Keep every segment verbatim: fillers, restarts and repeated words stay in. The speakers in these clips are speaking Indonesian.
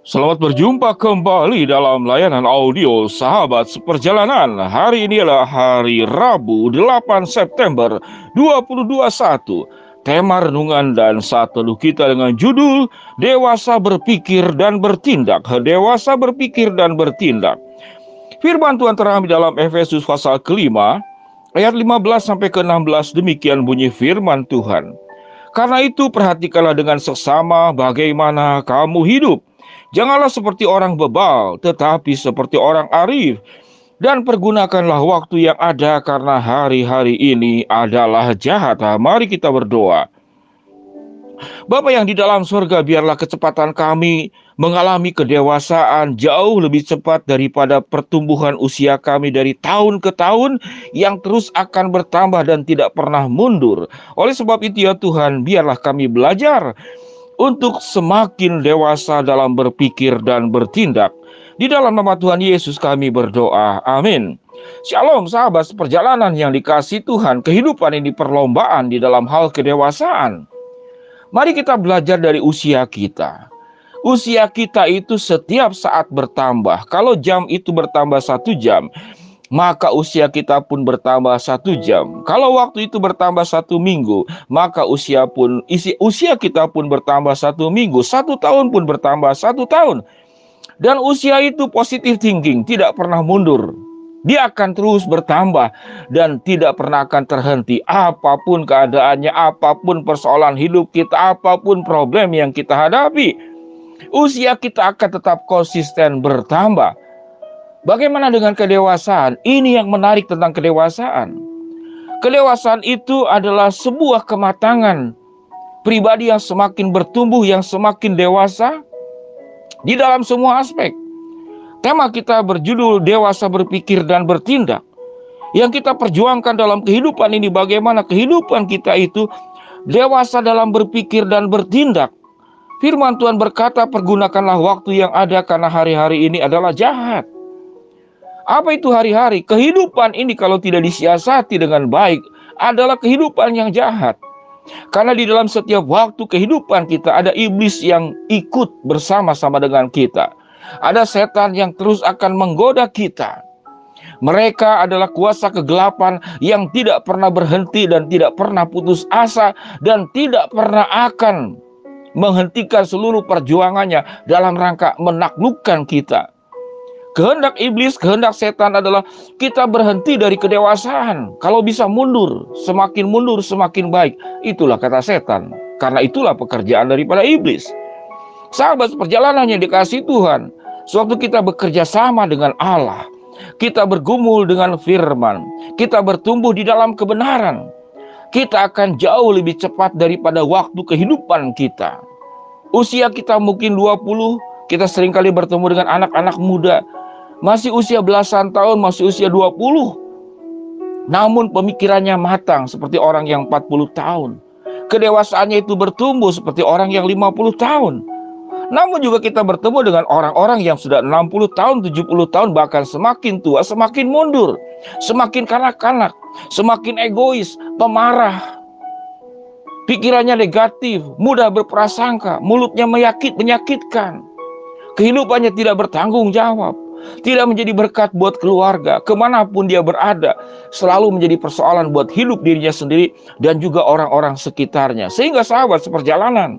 Selamat berjumpa kembali dalam layanan audio Sahabat Seperjalanan. Hari ini adalah hari Rabu delapan September dua ribu dua puluh satu. Tema renungan dan saat teduh kita dengan judul Dewasa Berpikir dan Bertindak. Dewasa berpikir dan bertindak. Firman Tuhan terambil dalam Efesus pasal kelima ayat lima belas sampai ke enam belas. Demikian bunyi firman Tuhan. Karena itu perhatikanlah dengan seksama bagaimana kamu hidup. Janganlah seperti orang bebal, tetapi seperti orang arif. Dan pergunakanlah waktu yang ada karena hari-hari ini adalah jahat. Mari kita berdoa. Bapa yang di dalam surga, biarlah kecepatan kami mengalami kedewasaan jauh lebih cepat daripada pertumbuhan usia kami dari tahun ke tahun yang terus akan bertambah dan tidak pernah mundur. Oleh sebab itu ya Tuhan, biarlah kami belajar untuk semakin dewasa dalam berpikir dan bertindak. Di dalam nama Tuhan Yesus kami berdoa. Amin. Shalom sahabat seperjalanan yang dikasihi Tuhan. Kehidupan ini perlombaan di dalam hal kedewasaan. Mari kita belajar dari usia kita. Usia kita itu setiap saat bertambah. Kalau jam itu bertambah satu jam, maka usia kita pun bertambah satu jam. Kalau waktu itu bertambah satu minggu, maka usia pun isi usia kita pun bertambah satu minggu. Satu tahun pun bertambah satu tahun. Dan usia itu positive thinking, tidak pernah mundur. Dia akan terus bertambah dan tidak pernah akan terhenti. Apapun keadaannya, apapun persoalan hidup kita, apapun problem yang kita hadapi, usia kita akan tetap konsisten bertambah. Bagaimana dengan kedewasaan? Ini yang menarik tentang kedewasaan. Kedewasaan itu adalah sebuah kematangan pribadi yang semakin bertumbuh, yang semakin dewasa di dalam semua aspek. Tema kita berjudul Dewasa Berpikir dan Bertindak. Yang kita perjuangkan dalam kehidupan ini, bagaimana kehidupan kita itu dewasa dalam berpikir dan bertindak. Firman Tuhan berkata, pergunakanlah waktu yang ada karena hari-hari ini adalah jahat. Apa itu hari-hari? Kehidupan ini kalau tidak disiasati dengan baik adalah kehidupan yang jahat. Karena di dalam setiap waktu kehidupan kita ada iblis yang ikut bersama-sama dengan kita. Ada setan yang terus akan menggoda kita. Mereka adalah kuasa kegelapan yang tidak pernah berhenti dan tidak pernah putus asa dan tidak pernah akan menghentikan seluruh perjuangannya dalam rangka menaklukkan kita. Kehendak iblis, kehendak setan adalah kita berhenti dari kedewasaan. Kalau bisa mundur, semakin mundur semakin baik. Itulah kata setan. Karena itulah pekerjaan daripada iblis. Sahabat seperjalanan yang dikasihi Tuhan, sewaktu kita bekerja sama dengan Allah, kita bergumul dengan firman, kita bertumbuh di dalam kebenaran, kita akan jauh lebih cepat daripada waktu kehidupan kita. Usia kita mungkin dua puluh, kita seringkali bertemu dengan anak-anak muda, masih usia belasan tahun, masih usia dua puluh. Namun pemikirannya matang seperti orang yang empat puluh tahun. Kedewasaannya itu bertumbuh seperti orang yang lima puluh tahun. Namun juga kita bertemu dengan orang-orang yang sudah enam puluh tahun, tujuh puluh tahun, bahkan semakin tua, semakin mundur, semakin kanak-kanak, semakin egois, pemarah, pikirannya negatif, mudah berprasangka, mulutnya menyakit, menyakitkan, kehidupannya tidak bertanggung jawab, tidak menjadi berkat buat keluarga, kemanapun dia berada, selalu menjadi persoalan buat hidup dirinya sendiri dan juga orang-orang sekitarnya. Sehingga sahabat seperjalanan,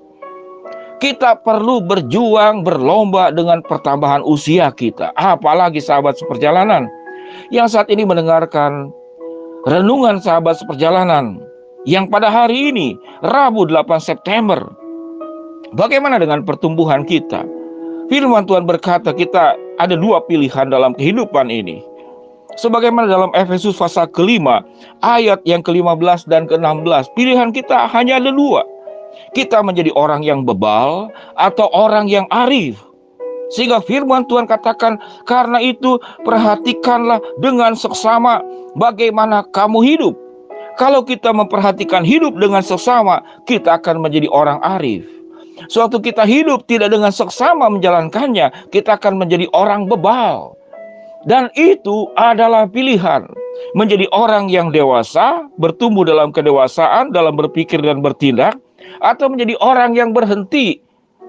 kita perlu berjuang, berlomba dengan pertambahan usia kita. Apalagi sahabat seperjalanan yang saat ini mendengarkan renungan sahabat seperjalanan yang pada hari ini, Rabu delapan September. Bagaimana dengan pertumbuhan kita? Firman Tuhan berkata kita ada dua pilihan dalam kehidupan ini. Sebagaimana dalam Efesus pasal kelima, ayat yang kelima belas dan keenam belas, pilihan kita hanya ada dua. Kita menjadi orang yang bebal atau orang yang arif. Sehingga firman Tuhan katakan, karena itu perhatikanlah dengan seksama bagaimana kamu hidup. Kalau kita memperhatikan hidup dengan seksama, kita akan menjadi orang arif. Suatu kita hidup tidak dengan seksama menjalankannya, kita akan menjadi orang bebal. Dan itu adalah pilihan. Menjadi orang yang dewasa, bertumbuh dalam kedewasaan, dalam berpikir dan bertindak, atau menjadi orang yang berhenti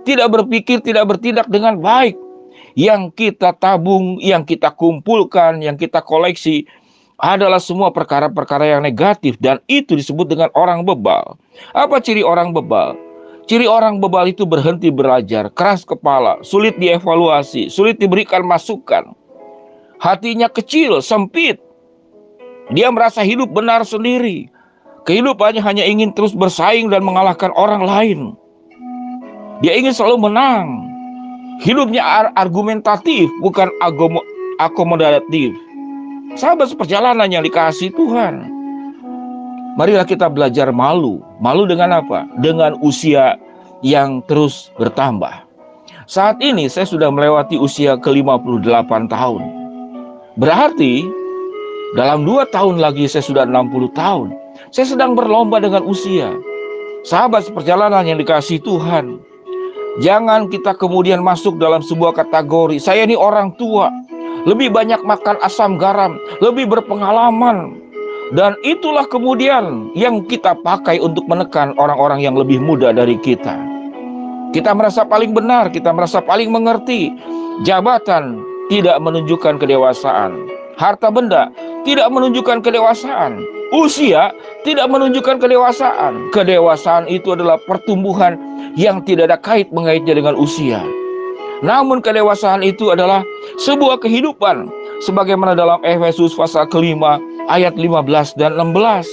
tidak berpikir, tidak bertindak dengan baik. Yang kita tabung, yang kita kumpulkan, yang kita koleksi adalah semua perkara-perkara yang negatif, dan itu disebut dengan orang bebal. Apa ciri orang bebal? Ciri orang bebal itu berhenti belajar, keras kepala, sulit dievaluasi, sulit diberikan masukan. Hatinya kecil, sempit. Dia merasa hidup benar sendiri. Kehidupannya hanya ingin terus bersaing dan mengalahkan orang lain. Dia ingin selalu menang. Hidupnya argumentatif, bukan akomodatif. Sahabat seperjalanan yang dikasihi Tuhan, marilah kita belajar malu. Malu dengan apa? Dengan usia yang terus bertambah. Saat ini saya sudah melewati usia ke lima puluh delapan tahun. Berarti dalam dua tahun lagi saya sudah enam puluh tahun. Saya sedang berlomba dengan usia. Sahabat seperjalanan yang dikasihi Tuhan, jangan kita kemudian masuk dalam sebuah kategori, saya ini orang tua, lebih banyak makan asam garam, lebih berpengalaman. Dan itulah kemudian yang kita pakai untuk menekan orang-orang yang lebih muda dari kita. Kita merasa paling benar, kita merasa paling mengerti. Jabatan tidak menunjukkan kedewasaan. Harta benda tidak menunjukkan kedewasaan. Usia tidak menunjukkan kedewasaan. Kedewasaan itu adalah pertumbuhan yang tidak ada kait mengaitnya dengan usia. Namun kedewasaan itu adalah sebuah kehidupan, sebagaimana dalam Efesus pasal kelima ayat lima belas dan enam belas.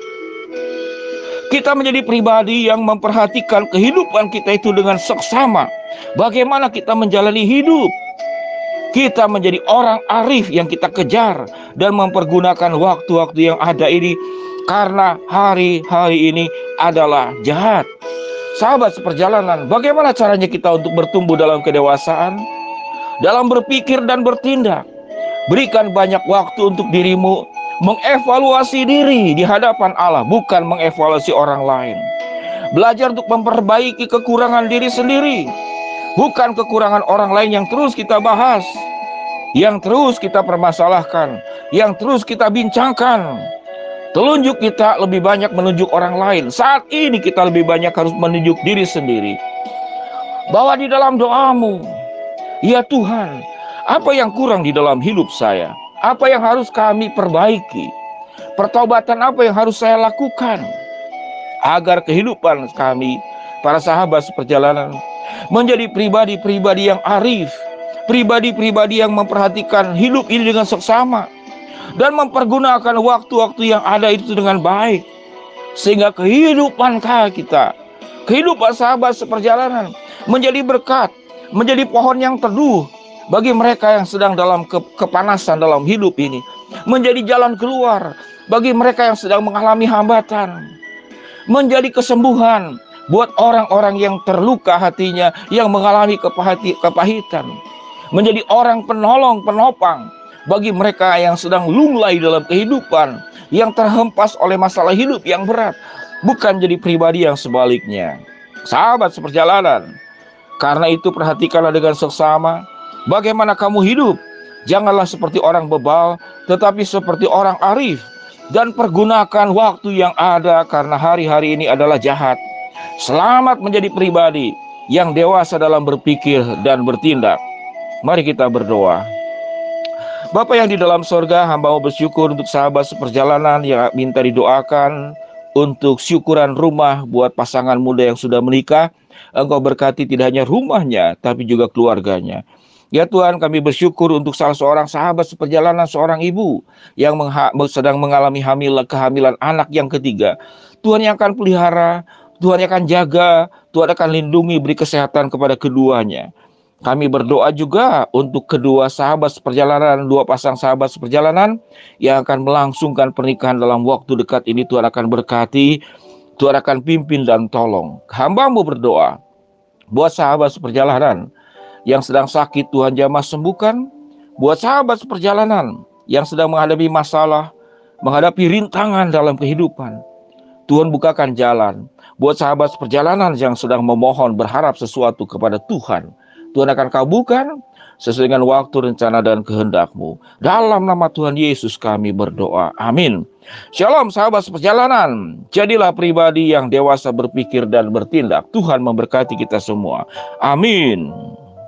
Kita menjadi pribadi yang memperhatikan kehidupan kita itu dengan seksama. Bagaimana kita menjalani hidup. Kita menjadi orang arif yang kita kejar dan mempergunakan waktu-waktu yang ada ini, karena hari-hari ini adalah jahat. Sahabat seperjalanan, bagaimana caranya kita untuk bertumbuh dalam kedewasaan? Dalam berpikir dan bertindak. Berikan banyak waktu untuk dirimu, mengevaluasi diri di hadapan Allah, bukan mengevaluasi orang lain. Belajar untuk memperbaiki kekurangan diri sendiri, bukan kekurangan orang lain yang terus kita bahas, yang terus kita permasalahkan, yang terus kita bincangkan. Telunjuk kita lebih banyak menunjuk orang lain. Saat ini kita lebih banyak harus menunjuk diri sendiri. Bawa di dalam doamu, ya Tuhan, apa yang kurang di dalam hidup saya? Apa yang harus kami perbaiki? Pertobatan apa yang harus saya lakukan? Agar kehidupan kami, para sahabat seperjalanan, menjadi pribadi-pribadi yang arif, pribadi-pribadi yang memperhatikan hidup ini dengan seksama, dan mempergunakan waktu-waktu yang ada itu dengan baik, sehingga kehidupan kita, kehidupan sahabat seperjalanan, menjadi berkat, menjadi pohon yang teduh bagi mereka yang sedang dalam ke kepanasan dalam hidup ini, menjadi jalan keluar bagi mereka yang sedang mengalami hambatan, menjadi kesembuhan buat orang-orang yang terluka hatinya, yang mengalami kepahiti, kepahitan, menjadi orang penolong, penopang bagi mereka yang sedang lunglai dalam kehidupan, yang terhempas oleh masalah hidup yang berat, bukan jadi pribadi yang sebaliknya. Sahabat seperjalanan, karena itu perhatikanlah dengan seksama bagaimana kamu hidup. Janganlah seperti orang bebal, tetapi seperti orang arif, dan pergunakan waktu yang ada, karena hari-hari ini adalah jahat. Selamat menjadi pribadi yang dewasa dalam berpikir dan bertindak. Mari kita berdoa. Bapa yang di dalam sorga, hamba mau bersyukur untuk sahabat seperjalanan yang minta didoakan untuk syukuran rumah buat pasangan muda yang sudah menikah. Engkau berkati tidak hanya rumahnya, tapi juga keluarganya. Ya Tuhan, kami bersyukur untuk salah seorang sahabat seperjalanan, seorang ibu yang sedang mengalami hamil, kehamilan anak yang ketiga. Tuhan yang akan pelihara, Tuhan yang akan jaga, Tuhan akan lindungi, beri kesehatan kepada keduanya. Kami berdoa juga untuk kedua sahabat seperjalanan, dua pasang sahabat seperjalanan yang akan melangsungkan pernikahan dalam waktu dekat ini. Tuhan akan berkati, Tuhan akan pimpin dan tolong. Hamba-Mu berdoa buat sahabat seperjalanan yang sedang sakit, Tuhan jamah sembuhkan. Buat sahabat seperjalanan yang sedang menghadapi masalah, menghadapi rintangan dalam kehidupan, Tuhan bukakan jalan. Buat sahabat seperjalanan yang sedang memohon, berharap sesuatu kepada Tuhan, Tuhan akan kabulkan sesuai dengan waktu, rencana, dan kehendak-Mu. Dalam nama Tuhan Yesus kami berdoa. Amin. Shalom sahabat seperjalanan. Jadilah pribadi yang dewasa berpikir dan bertindak. Tuhan memberkati kita semua. Amin.